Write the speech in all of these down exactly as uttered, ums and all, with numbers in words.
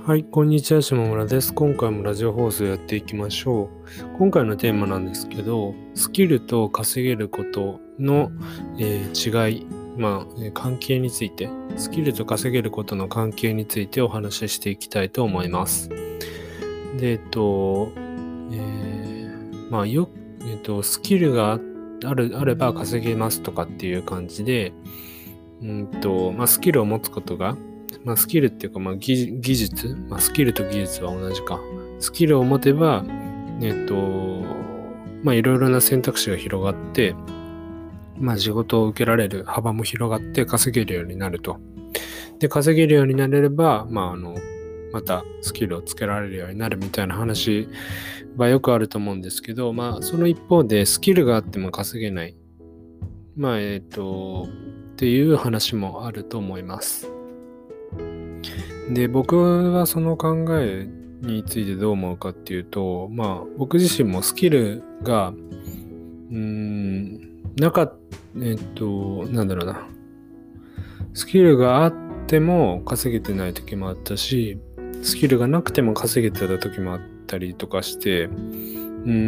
はい、こんにちは、下村です。今回もラジオ放送やっていきましょう。今回のテーマなんですけど、スキルと稼げることの、えー違い、まあ、えー関係について、スキルと稼げることの関係についてお話ししていきたいと思います。で、えっと、えーまあ、よ、えっと、スキルがある、あれば稼げますとかっていう感じで、うんと、まあ、スキルを持つことが、まあ、スキルっていうか、まあ、技、技術、まあ、スキルと技術は同じか。スキルを持てば、えっと、まあ、いろいろな選択肢が広がって、まあ、仕事を受けられる幅も広がって稼げるようになると。で、稼げるようになれれば、まあ、あの、またスキルをつけられるようになるみたいな話はよくあると思うんですけど、まあ、その一方で、スキルがあっても稼げない。まあ、えっと、っていう話もあると思います。で、僕はその考えについてどう思うかっていうと、まあ、僕自身もスキルが、うーん、なかっ、えっと、なんだろうな。スキルがあっても稼げてない時もあったし、スキルがなくても稼げてた時もあったりとかして、うん、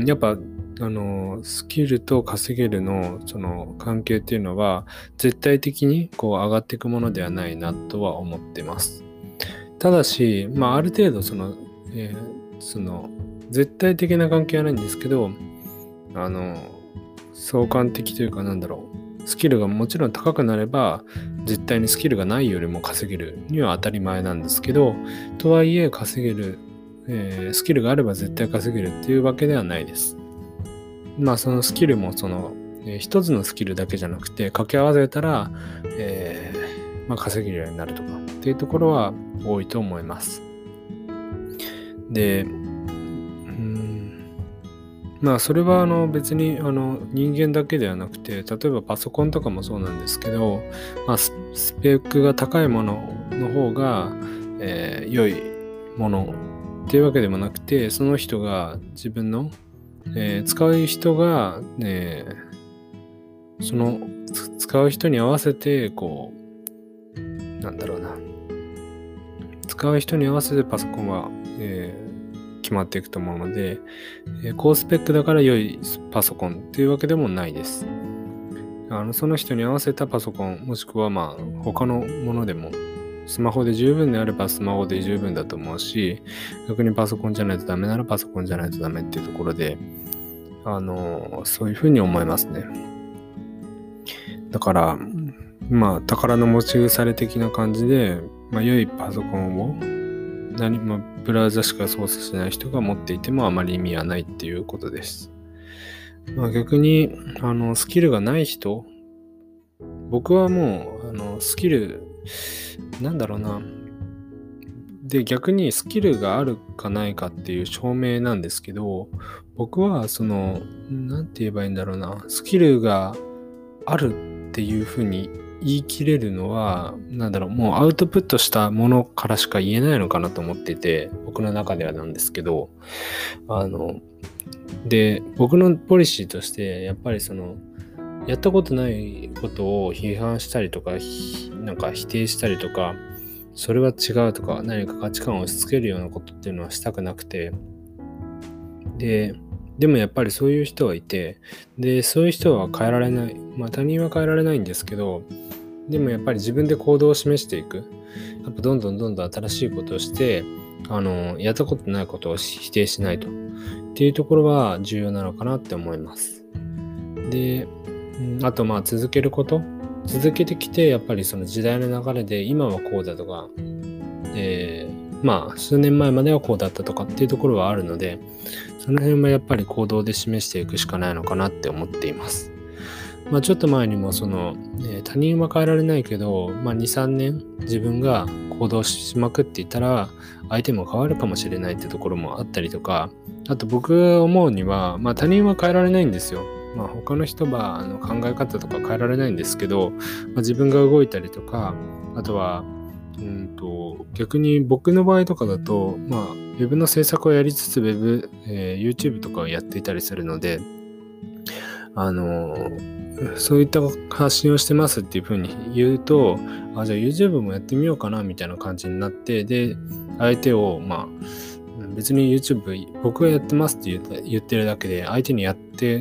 やっぱ、あの、スキルと稼げるの、その関係っていうのは、絶対的にこう上がっていくものではないなとは思ってます。ただし、まあ、ある程度その、えーその、絶対的な関係はないんですけど、あの、相関的というかなんだろう、スキルがもちろん高くなれば、絶対にスキルがないよりも稼げるには当たり前なんですけど、とはいえ稼げる、えースキルがあれば絶対稼げるっていうわけではないです。まあ、そのスキルもその、えー一つのスキルだけじゃなくて、掛け合わせたら、えーまあ、稼げるようになるとかっていうところは多いと思います。で、うーん、まあそれはあの別にあの人間だけではなくて、例えばパソコンとかもそうなんですけど、まあ、ススペックが高いものの方が、えー良いものっていうわけでもなくて、その人が自分の、えー使う人が、ね、そのつ使う人に合わせてこうなんだろうな使う人に合わせてパソコンは、えー決まっていくと思うので、えー高スペックだから良いパソコンっていうわけでもないです。あのその人に合わせたパソコン、もしくはまあ他のものでも、スマホで十分であればスマホで十分だと思うし、逆にパソコンじゃないとダメならパソコンじゃないとダメっていうところで、あのそういうふうに思いますね。だからまあ宝の持ち腐れ的な感じで、まあ、良いパソコンを何もブラウザしか操作しない人が持っていてもあまり意味はないっていうことです。まあ、逆にあのスキルがない人、僕はもうあのスキルなんだろうな。で逆にスキルがあるかないかっていう証明なんですけど、僕はそのなんて言えばいいんだろうな、スキルがあるっていうふうに言い切れるのはなんだろう、もうアウトプットしたものからしか言えないのかなと思ってて、僕の中ではなんですけど、あので僕のポリシーとしてやっぱりそのやったことないことを批判したりとか、なんか否定したりとか、それは違うとか何か価値観を押し付けるようなことっていうのはしたくなくて、ででもやっぱりそういう人はいて、でそういう人は変えられない、まあ他人は変えられないんですけど、でもやっぱり自分で行動を示していく、やっぱどんどんどんどん新しいことをして、あのやったことないことを否定しないとっていうところは重要なのかなって思います。で、あとまあ続けること、続けてきてやっぱりその時代の流れで今はこうだとか、えー、まあ数年前まではこうだったとかっていうところはあるので、その辺はやっぱり行動で示していくしかないのかなって思っています。まあちょっと前にもその、えー、他人は変えられないけど、まあに、さんねん自分が行動しまくっていたら相手も変わるかもしれないってところもあったりとか、あと僕が思うには、まあ他人は変えられないんですよ。まあ他の人はあの考え方とか変えられないんですけど、まあ、自分が動いたりとか、あとはうんと逆に僕の場合とかだと、まあウェブの制作をやりつつウェブ、えー、YouTube とかをやっていたりするので、あのそういった発信をしてますっていうふうに言うと、あ、じゃあ YouTube もやってみようかなみたいな感じになって、で、相手を、まあ、別に YouTube 僕がやってますって言って、言ってるだけで、相手にやって、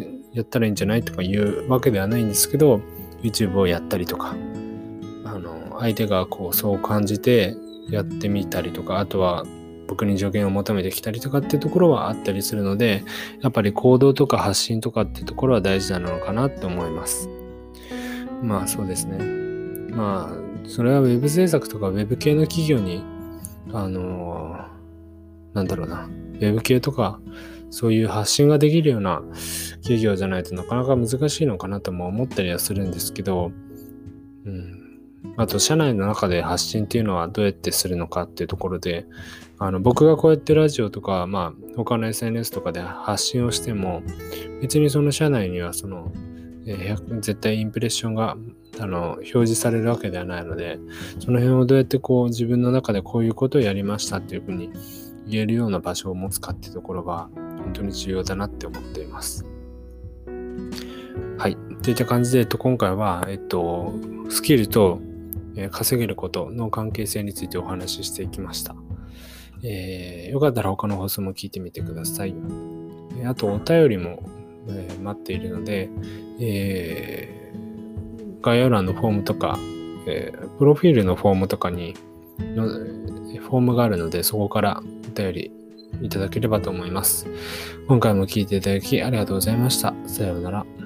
やったらいいんじゃないとか言うわけではないんですけど、YouTube をやったりとか、あの、相手がこう、そう感じてやってみたりとか、あとは、僕に助言を求めてきたりとかっていうところはあったりするので、やっぱり行動とか発信とかっていうところは大事なのかなって思います。まあそうですね。まあそれはウェブ制作とかウェブ系の企業にあのなんだろうな、ウェブ系とかそういう発信ができるような企業じゃないとなかなか難しいのかなとも思ったりはするんですけど、うん。あと社内の中で発信っていうのはどうやってするのかっていうところで、あの僕がこうやってラジオとか、まあ他の エスエヌエス とかで発信をしても、別にその社内にはその、えー、絶対インプレッションがあの表示されるわけではないので、その辺をどうやってこう自分の中でこういうことをやりましたっていうふうに言えるような場所を持つかっていうところが本当に重要だなって思っています。はい。といった感じで、えっと、今回は、えっと、スキルと稼げることの関係性についてお話ししていきました。えー、よかったら他の放送も聞いてみてください。あとお便りも、えー、待っているので、えー、概要欄のフォームとか、えー、プロフィールのフォームとかにのフォームがあるので、そこからお便りいただければと思います。今回も聞いていただきありがとうございました。さようなら。